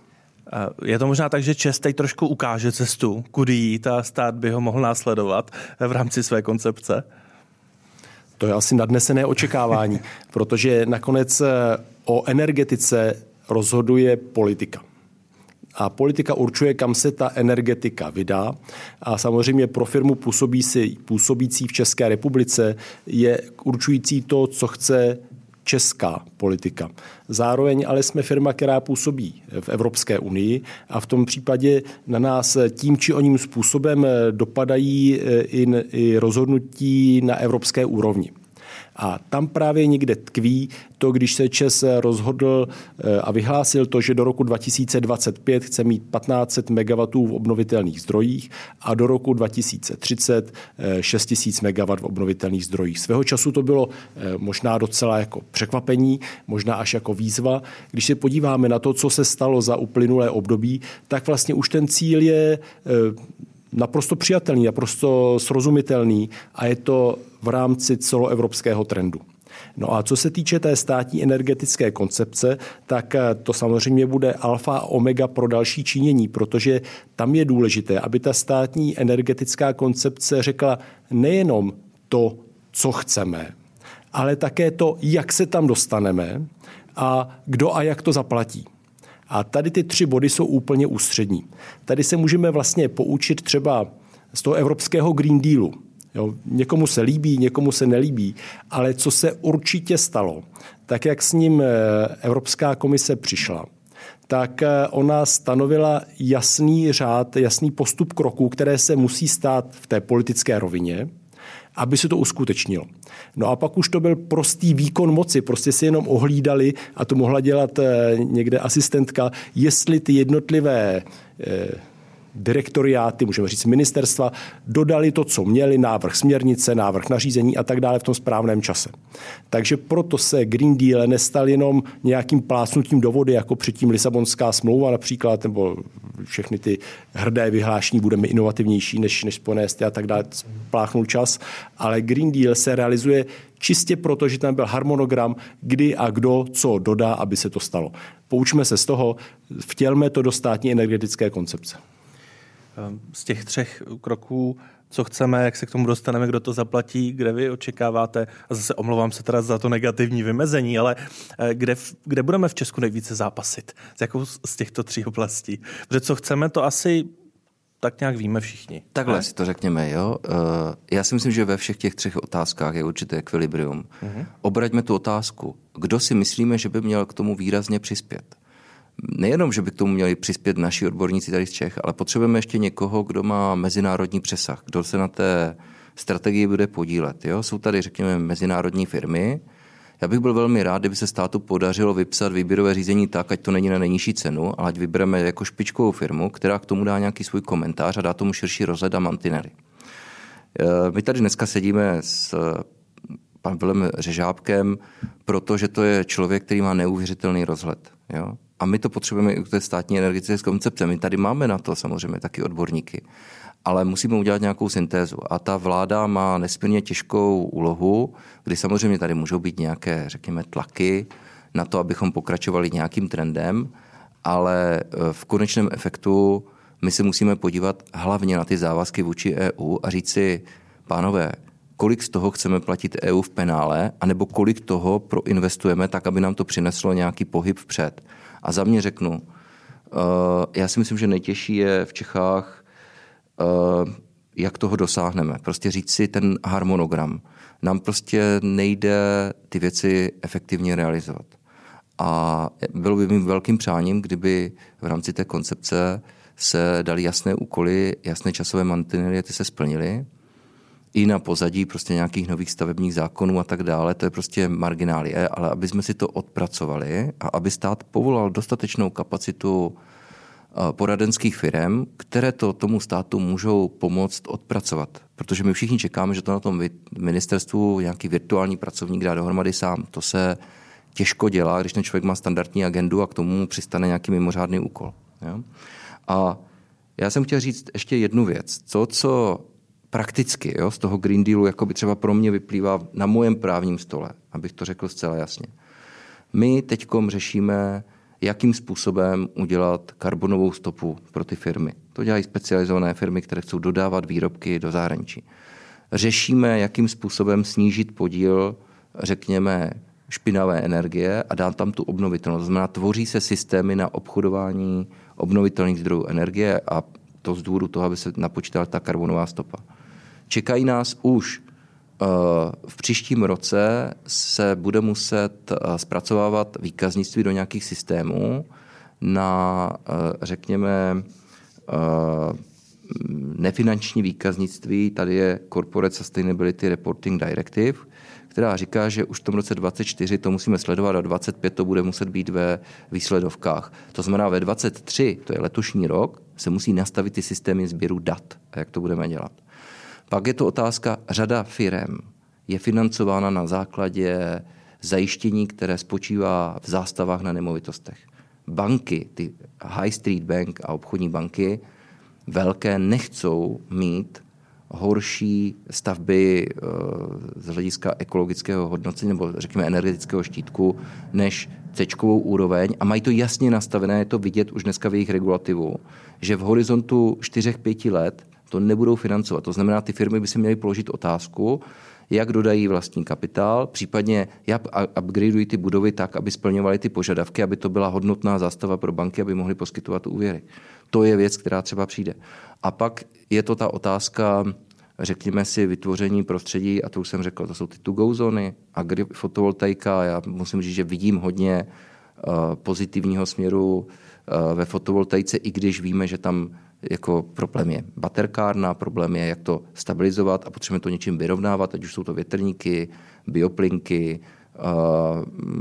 Je to možná tak, že Čes teď trošku ukáže cestu, kudy jít, a stát by ho mohl následovat v rámci své koncepce? To je asi nadnesené očekávání, protože nakonec o energetice rozhoduje politika. A politika určuje, kam se ta energetika vydá. A samozřejmě pro firmu působící v České republice je určující to, co chce česká politika. Zároveň ale jsme firma, která působí v Evropské unii, a v tom případě na nás tím či oním způsobem dopadají i rozhodnutí na evropské úrovni. A tam právě někde tkví to, když se ČEZ rozhodl a vyhlásil to, že do roku 2025 chce mít 1500 MW v obnovitelných zdrojích a do roku 2030 6000 MW v obnovitelných zdrojích. Svého času to bylo možná docela jako překvapení, možná až jako výzva. Když se podíváme na to, co se stalo za uplynulé období, tak vlastně už ten cíl je naprosto přijatelný, naprosto srozumitelný a je to v rámci celoevropského trendu. No a co se týče té státní energetické koncepce, tak to samozřejmě bude alfa a omega pro další činění, protože tam je důležité, aby ta státní energetická koncepce řekla nejenom to, co chceme, ale také to, jak se tam dostaneme a kdo a jak to zaplatí. A tady ty 3 body jsou úplně ústřední. Tady se můžeme vlastně poučit třeba z toho evropského Green Dealu. Jo, někomu se líbí, někomu se nelíbí, ale co se určitě stalo, tak jak s ním Evropská komise přišla, tak ona stanovila jasný řád, jasný postup kroků, které se musí stát v té politické rovině, aby se to uskutečnilo. No a pak už to byl prostý výkon moci, prostě si jenom ohlídali, a to mohla dělat někde asistentka, jestli ty jednotlivé direktoriáty, můžeme říct ministerstva, dodali to, co měli, návrh směrnice, návrh nařízení a tak dále v tom správném čase. Takže proto se Green Deal nestal jenom nějakým plácnutím do vody, jako předtím Lisabonská smlouva například, nebo všechny ty hrdé vyhlášení, budeme inovativnější než Spojené státy a tak dále, pláchnul čas, ale Green Deal se realizuje čistě proto, že tam byl harmonogram, kdy a kdo co dodá, aby se to stalo. Poučme se z toho, vtělme to do státní energetické koncepce. Z těch 3 kroků, co chceme, jak se k tomu dostaneme, kdo to zaplatí, kde vy očekáváte, a zase omlouvám se teda za to negativní vymezení, ale kde budeme v Česku nejvíce zápasit? Z jakou z těchto 3 oblastí? Protože co chceme, to asi tak nějak víme všichni. Takhle si to řekněme, jo. Já si myslím, že ve všech těch 3 otázkách je určité ekvilibrium. Obraťme tu otázku. Kdo si myslíme, že by měl k tomu výrazně přispět? Nejenom, že by k tomu měli přispět naši odborníci tady z Čech, ale potřebujeme ještě někoho, kdo má mezinárodní přesah, kdo se na té strategii bude podílet. Jo? Jsou tady, řekněme, mezinárodní firmy. Já bych byl velmi rád, kdyby se státu podařilo vypsat výběrové řízení tak, ať to není na nejnižší cenu, ale ať vybereme jako špičkovou firmu, která k tomu dá nějaký svůj komentář a dá tomu širší rozhled a mantinely. My tady dneska sedíme s panem Řežábkem, protože to je člověk, který má neuvěřitelný rozhled. Jo? A my to potřebujeme i u té státní energetické koncepce. My tady máme na to samozřejmě taky odborníky, ale musíme udělat nějakou syntézu. A ta vláda má nesmírně těžkou úlohu, kdy samozřejmě tady můžou být nějaké, řekněme, tlaky na to, abychom pokračovali nějakým trendem, ale v konečném efektu my se musíme podívat hlavně na ty závazky vůči EU a říct si, pánové, kolik z toho chceme platit EU v penále, anebo kolik toho proinvestujeme tak, aby nám to přineslo nějaký pohyb vpřed. A za mě řeknu, já si myslím, že nejtěžší je v Čechách, jak toho dosáhneme. Prostě říct si ten harmonogram. Nám prostě nejde ty věci efektivně realizovat. A bylo by mým velkým přáním, kdyby v rámci té koncepce se dali jasné úkoly, jasné časové mantinely, ty se splnily. I na pozadí prostě nějakých nových stavebních zákonů a tak dále, to je prostě marginálie, ale aby jsme si to odpracovali a aby stát povolal dostatečnou kapacitu poradenských firem, které to tomu státu můžou pomoct odpracovat. Protože my všichni čekáme, že to na tom ministerstvu nějaký virtuální pracovník dá dohromady sám. To se těžko dělá, když ten člověk má standardní agendu a k tomu přistane nějaký mimořádný úkol. Jo? A já jsem chtěl říct ještě jednu věc. To, co prakticky, jo, z toho Green Dealu jakoby třeba pro mě vyplývá na mojem právním stole, abych to řekl zcela jasně. My teďkom řešíme, jakým způsobem udělat karbonovou stopu pro ty firmy. To dělají specializované firmy, které chcou dodávat výrobky do zahraničí. Řešíme, jakým způsobem snížit podíl, řekněme, špinavé energie a dát tam tu obnovitelnost. To znamená, tvoří se systémy na obchodování obnovitelných zdrojů energie a to z důvodu toho, aby se napočítala ta karbonová stopa. Čekají nás už v příštím roce se bude muset zpracovávat výkaznictví do nějakých systémů na, řekněme, nefinanční výkaznictví. Tady je Corporate Sustainability Reporting Directive, která říká, že už v tom roce 2024 to musíme sledovat a 2025 to bude muset být ve výsledovkách. To znamená, ve 2023, to je letošní rok, se musí nastavit ty systémy sběru dat. A jak to budeme dělat? Pak je to otázka, řada firem je financována na základě zajištění, které spočívá v zástavách na nemovitostech. Banky, ty High Street Bank a obchodní banky, velké nechcou mít horší stavby z hlediska ekologického hodnocení nebo řekněme energetického štítku než C-čkovou úroveň a mají to jasně nastavené, je to vidět už dneska v jejich regulativu, že v horizontu 4-5 let to nebudou financovat. To znamená, ty firmy by si měly položit otázku, jak dodají vlastní kapitál, případně jak upgradeují ty budovy tak, aby splňovaly ty požadavky, aby to byla hodnotná zástava pro banky, aby mohly poskytovat úvěry. To je věc, která třeba přijde. A pak je to ta otázka, řekněme si, vytvoření prostředí, a to už jsem řekl, to jsou ty to-go zóny, fotovoltaika. Já musím říct, že vidím hodně pozitivního směru ve fotovoltaice, i když víme, že tam jako problém je baterkárna, problém je, jak to stabilizovat a potřebujeme to něčím vyrovnávat, ať už jsou to větrníky, bioplynky,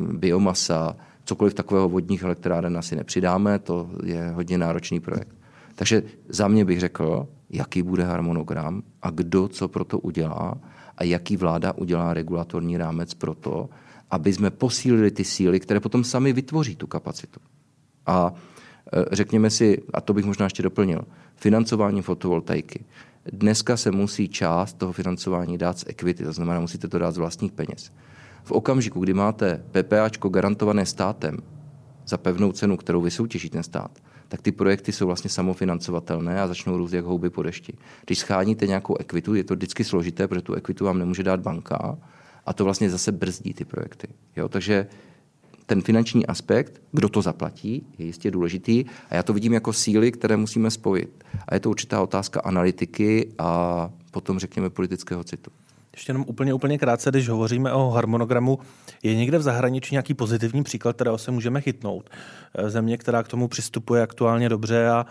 biomasa, cokoliv takového vodních elektráren asi nepřidáme, to je hodně náročný projekt. Takže za mě bych řekl, jaký bude harmonogram a kdo co pro to udělá a jaký vláda udělá regulatorní rámec pro to, aby jsme posílili ty síly, které potom sami vytvoří tu kapacitu. A řekněme si, a to bych možná ještě doplnil, financování fotovoltaiky. Dneska se musí část toho financování dát z equity, to znamená, musíte to dát z vlastních peněz. V okamžiku, kdy máte PPAčko garantované státem za pevnou cenu, kterou vysoutěží ten stát, tak ty projekty jsou vlastně samofinancovatelné a začnou růst jak houby po dešti. Když scháníte nějakou equitu, je to vždycky složité, protože tu equitu vám nemůže dát banka a to vlastně zase brzdí ty projekty. Jo? Takže ten finanční aspekt, kdo to zaplatí, je jistě důležitý a já to vidím jako síly, které musíme spojit. A je to určitá otázka analytiky a potom řekněme politického citu. Ještě jenom úplně krátce, když hovoříme o harmonogramu, je někde v zahraničí nějaký pozitivní příklad, kterého se můžeme chytnout? Země, která k tomu přistupuje aktuálně dobře a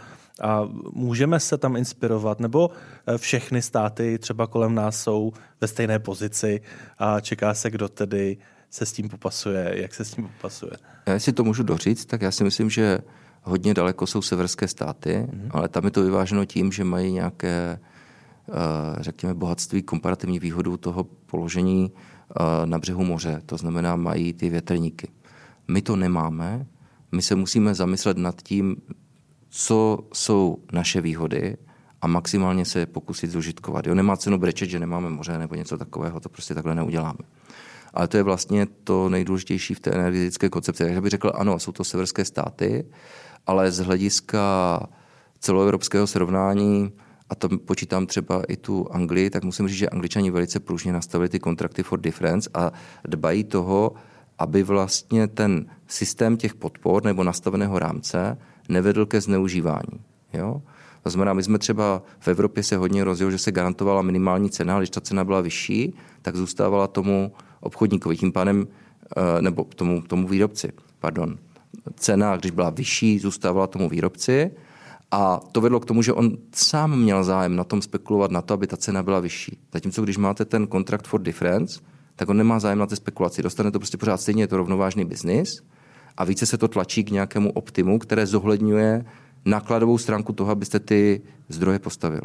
můžeme se tam inspirovat, nebo všechny státy třeba kolem nás jsou ve stejné pozici a čeká se, kdo tedy se s tím popasuje, jak se s tím popasuje? Já si to můžu doříct, tak já si myslím, že hodně daleko jsou severské státy, ale tam je to vyváženo tím, že mají nějaké řekněme bohatství, komparativní výhodu toho položení na břehu moře. To znamená, mají ty větrníky. My to nemáme. My se musíme zamyslet nad tím, co jsou naše výhody a maximálně se pokusit zužitkovat. Jo, nemá cenu brečet, že nemáme moře nebo něco takového, to prostě takhle neuděláme. Ale to je vlastně to nejdůležitější v té energetické koncepci. Takže bych řekl, ano, jsou to severské státy, ale z hlediska celoevropského srovnání, a to počítám třeba i tu Anglii, tak musím říct, že Angličani velice pružně nastavili ty kontrakty for difference a dbají toho, aby vlastně ten systém těch podpor nebo nastaveného rámce nevedl ke zneužívání. Jo? To znamená, my jsme třeba v Evropě se hodně rozjel, že se garantovala minimální cena, ale když ta cena byla vyšší, tak zůstávala tomu obchodníkovi, tím pádem, nebo tomu výrobci. Pardon. Cena, když byla vyšší, zůstávala tomu výrobci a to vedlo k tomu, že on sám měl zájem na tom spekulovat na to, aby ta cena byla vyšší. Zatímco když máte ten contract for difference, tak on nemá zájem na té spekulaci. Dostane to prostě pořád stejně, je to rovnovážný biznis a více se to tlačí k nějakému optimu, které zohledňuje nákladovou stránku toho, abyste ty zdroje postavil.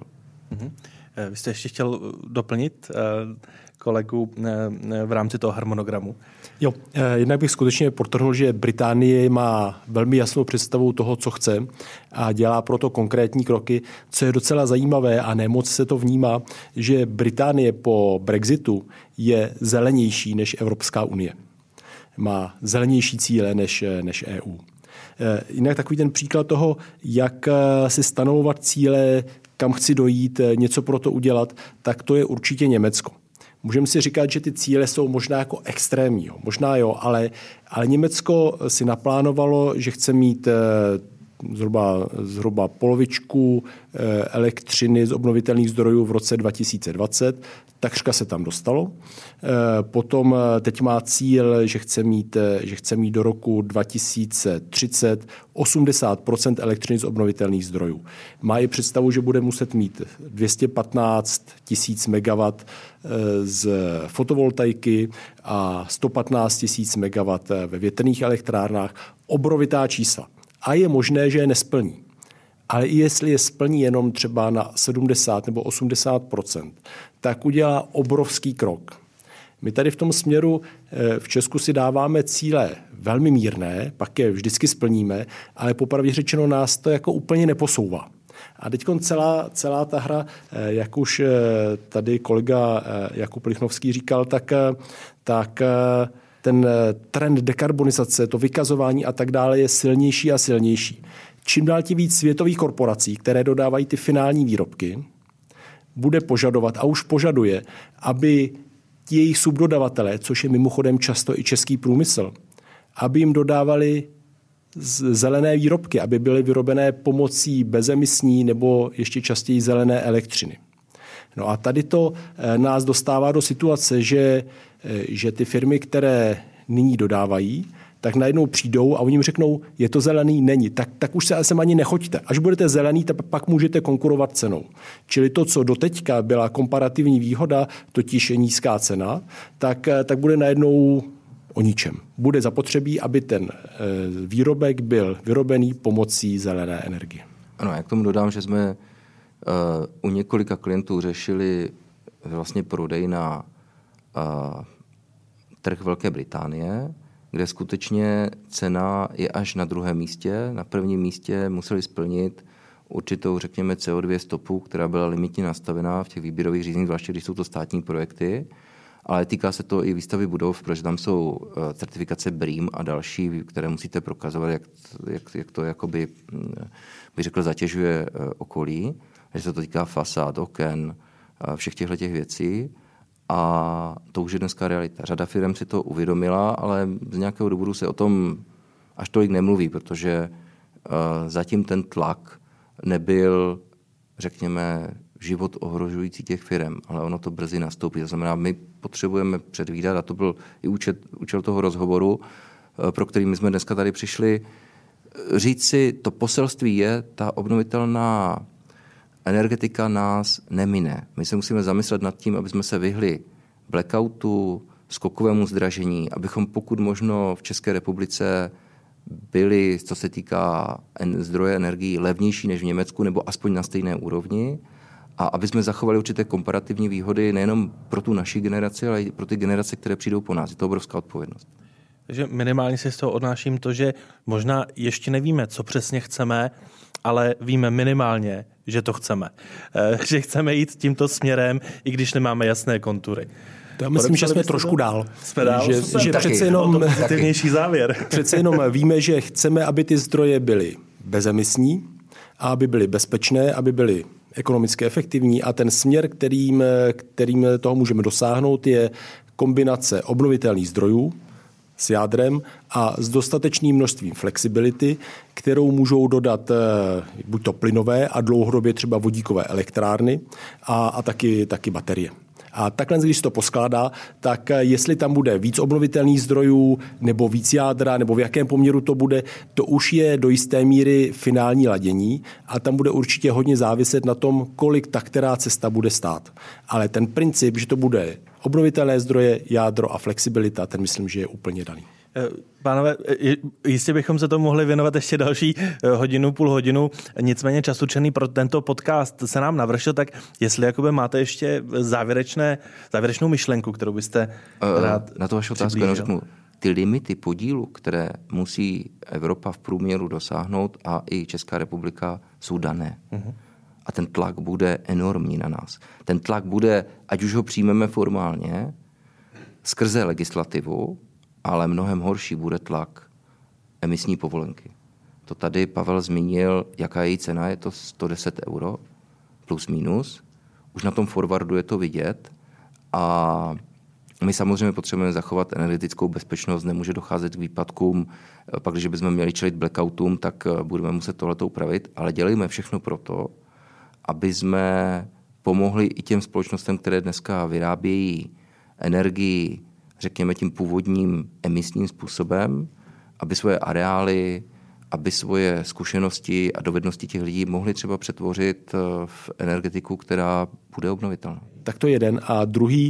Vy jste ještě chtěl doplnit kolegu v rámci toho harmonogramu? Jo, jednak bych skutečně podtrhl, že Británie má velmi jasnou představu toho, co chce a dělá proto konkrétní kroky, co je docela zajímavé a nemoc se to vnímá, že Británie po Brexitu je zelenější než Evropská unie. Má zelenější cíle než EU. Jinak takový ten příklad toho, jak si stanovovat cíle, kam chci dojít, něco pro to udělat, tak to je určitě Německo. Můžeme si říkat, že ty cíle jsou možná jako extrémní. Možná jo, ale Německo si naplánovalo, že chce mít zhruba polovičku elektřiny z obnovitelných zdrojů v roce 2020. Takřka se tam dostalo. Potom teď má cíl, že chce mít do roku 2030 80% elektřiny z obnovitelných zdrojů. Má i představu, že bude muset mít 215 000 megawatt z fotovoltaiky a 115 000 megawatt ve větrných elektrárnách. Obrovitá čísla. A je možné, že je nesplní. Ale i jestli je splní jenom třeba na 70 nebo 80%, tak udělá obrovský krok. My tady v tom směru v Česku si dáváme cíle velmi mírné, pak je vždycky splníme, ale popravdě řečeno nás to jako úplně neposouvá. A teď celá ta hra, jak už tady kolega Jakub Lichnovský říkal, tak ten trend dekarbonizace, to vykazování a tak dále je silnější a silnější. Čím dál tím víc světových korporací, které dodávají ty finální výrobky, bude požadovat a už požaduje, aby ti jejich subdodavatelé, což je mimochodem často i český průmysl, aby jim dodávali zelené výrobky, aby byly vyrobené pomocí bezemisní nebo ještě častěji zelené elektřiny. No a tady to nás dostává do situace, že ty firmy, které nyní dodávají, tak najednou přijdou a oni jim řeknou, je to zelený, není. Tak už se sem ani nechoďte. Až budete zelený, tak pak můžete konkurovat cenou. Čili to, co doteďka byla komparativní výhoda, totiž nízká cena, tak bude najednou o ničem. Bude zapotřebí, aby ten výrobek byl vyrobený pomocí zelené energie. Ano, já k tomu dodám, že jsme u několika klientů řešili vlastně prodej na trh Velké Británie, kde skutečně cena je až na druhém místě. Na prvním místě museli splnit určitou, řekněme, CO2 stopu, která byla limitně nastavená v těch výběrových řízeních, zvláště když jsou to státní projekty. Ale týká se to i výstavy budov, protože tam jsou certifikace BREEAM a další, které musíte prokazovat, jak to jakoby, bych řekl, zatěžuje okolí. Takže se to týká fasád, oken, všech těchto věcí. A to už je dneska realita. Řada firm si to uvědomila, ale z nějakého důvodu se o tom až tolik nemluví, protože zatím ten tlak nebyl, řekněme, život ohrožující těch firm, ale ono to brzy nastoupí. To znamená, my potřebujeme předvídat, a to byl i účel toho rozhovoru, pro který my jsme dneska tady přišli, říct si, to poselství je, ta obnovitelná energetika nás nemine. My se musíme zamyslet nad tím, aby jsme se vyhli blackoutu, skokovému zdražení, abychom pokud možno v České republice byli, co se týká zdroje energií, levnější než v Německu, nebo aspoň na stejné úrovni, a aby jsme zachovali určité komparativní výhody nejenom pro tu naši generaci, ale i pro ty generace, které přijdou po nás. Je to obrovská odpovědnost. Takže minimálně si z toho odnáším to, že možná ještě nevíme, co přesně chceme, ale víme minimálně, že to chceme. Že chceme jít tímto směrem, i když nemáme jasné kontury. Já myslím, že jsme trošku dál. Jsme dál? Že přece jenom pozitivnější závěr. Přece jenom víme, že chceme, aby ty zdroje byly bezemisní a aby byly bezpečné, aby byly ekonomicky efektivní, a ten směr, kterým toho můžeme dosáhnout, je kombinace obnovitelných zdrojů s jádrem a s dostatečným množstvím flexibility, kterou můžou dodat buď to plynové a dlouhodobě třeba vodíkové elektrárny a taky baterie. A takhle, když se to poskládá, tak jestli tam bude víc obnovitelných zdrojů nebo víc jádra, nebo v jakém poměru to bude, to už je do jisté míry finální ladění a tam bude určitě hodně záviset na tom, kolik ta která cesta bude stát. Ale ten princip, že to bude obnovitelné zdroje, jádro a flexibilita, ten myslím, že je úplně daný. Pánové, jistě bychom se tomu mohli věnovat ještě další hodinu, půl hodinu, nicméně čas určený pro tento podcast se nám navršil, tak jestli jakoby máte ještě závěrečnou myšlenku, kterou byste rád na to vaši otázku jenom řeknu. Ty limity podílu, které musí Evropa v průměru dosáhnout a i Česká republika, jsou dané. A ten tlak bude enormní na nás. Ten tlak bude, ať už ho přijmeme formálně, skrze legislativu, ale mnohem horší bude tlak emisní povolenky. To tady Pavel zmínil, jaká je její cena, je to 110 € plus minus. Už na tom forwardu je to vidět a my samozřejmě potřebujeme zachovat energetickou bezpečnost, nemůže docházet k výpadkům, pak když bychom měli čelit blackoutům, tak budeme muset tohleto upravit, ale dělejme všechno proto, aby jsme pomohli i těm společnostem, které dneska vyrábějí energii, řekněme tím původním emisním způsobem, aby svoje areály, aby svoje zkušenosti a dovednosti těch lidí mohli třeba přetvořit v energetiku, která bude obnovitelná. Tak to jeden. A druhý,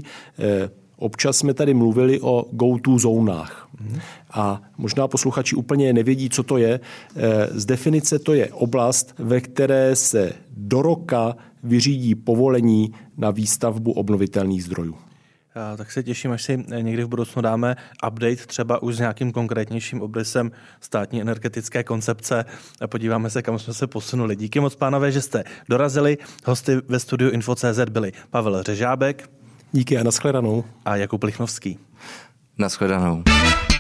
občas jsme tady mluvili o go-to zónách. A možná posluchači úplně nevědí, co to je. Z definice to je oblast, ve které se do roka vyřídí povolení na výstavbu obnovitelných zdrojů. Tak se těším, až si někdy v budoucnu dáme update třeba už s nějakým konkrétnějším obrysem státní energetické koncepce a podíváme se, kam jsme se posunuli. Díky moc, pánové, že jste dorazili. Hosty ve studiu Info.cz byli Pavel Řežábek. Díky a nashledanou. A Jakub Lichnovský. Nashledanou.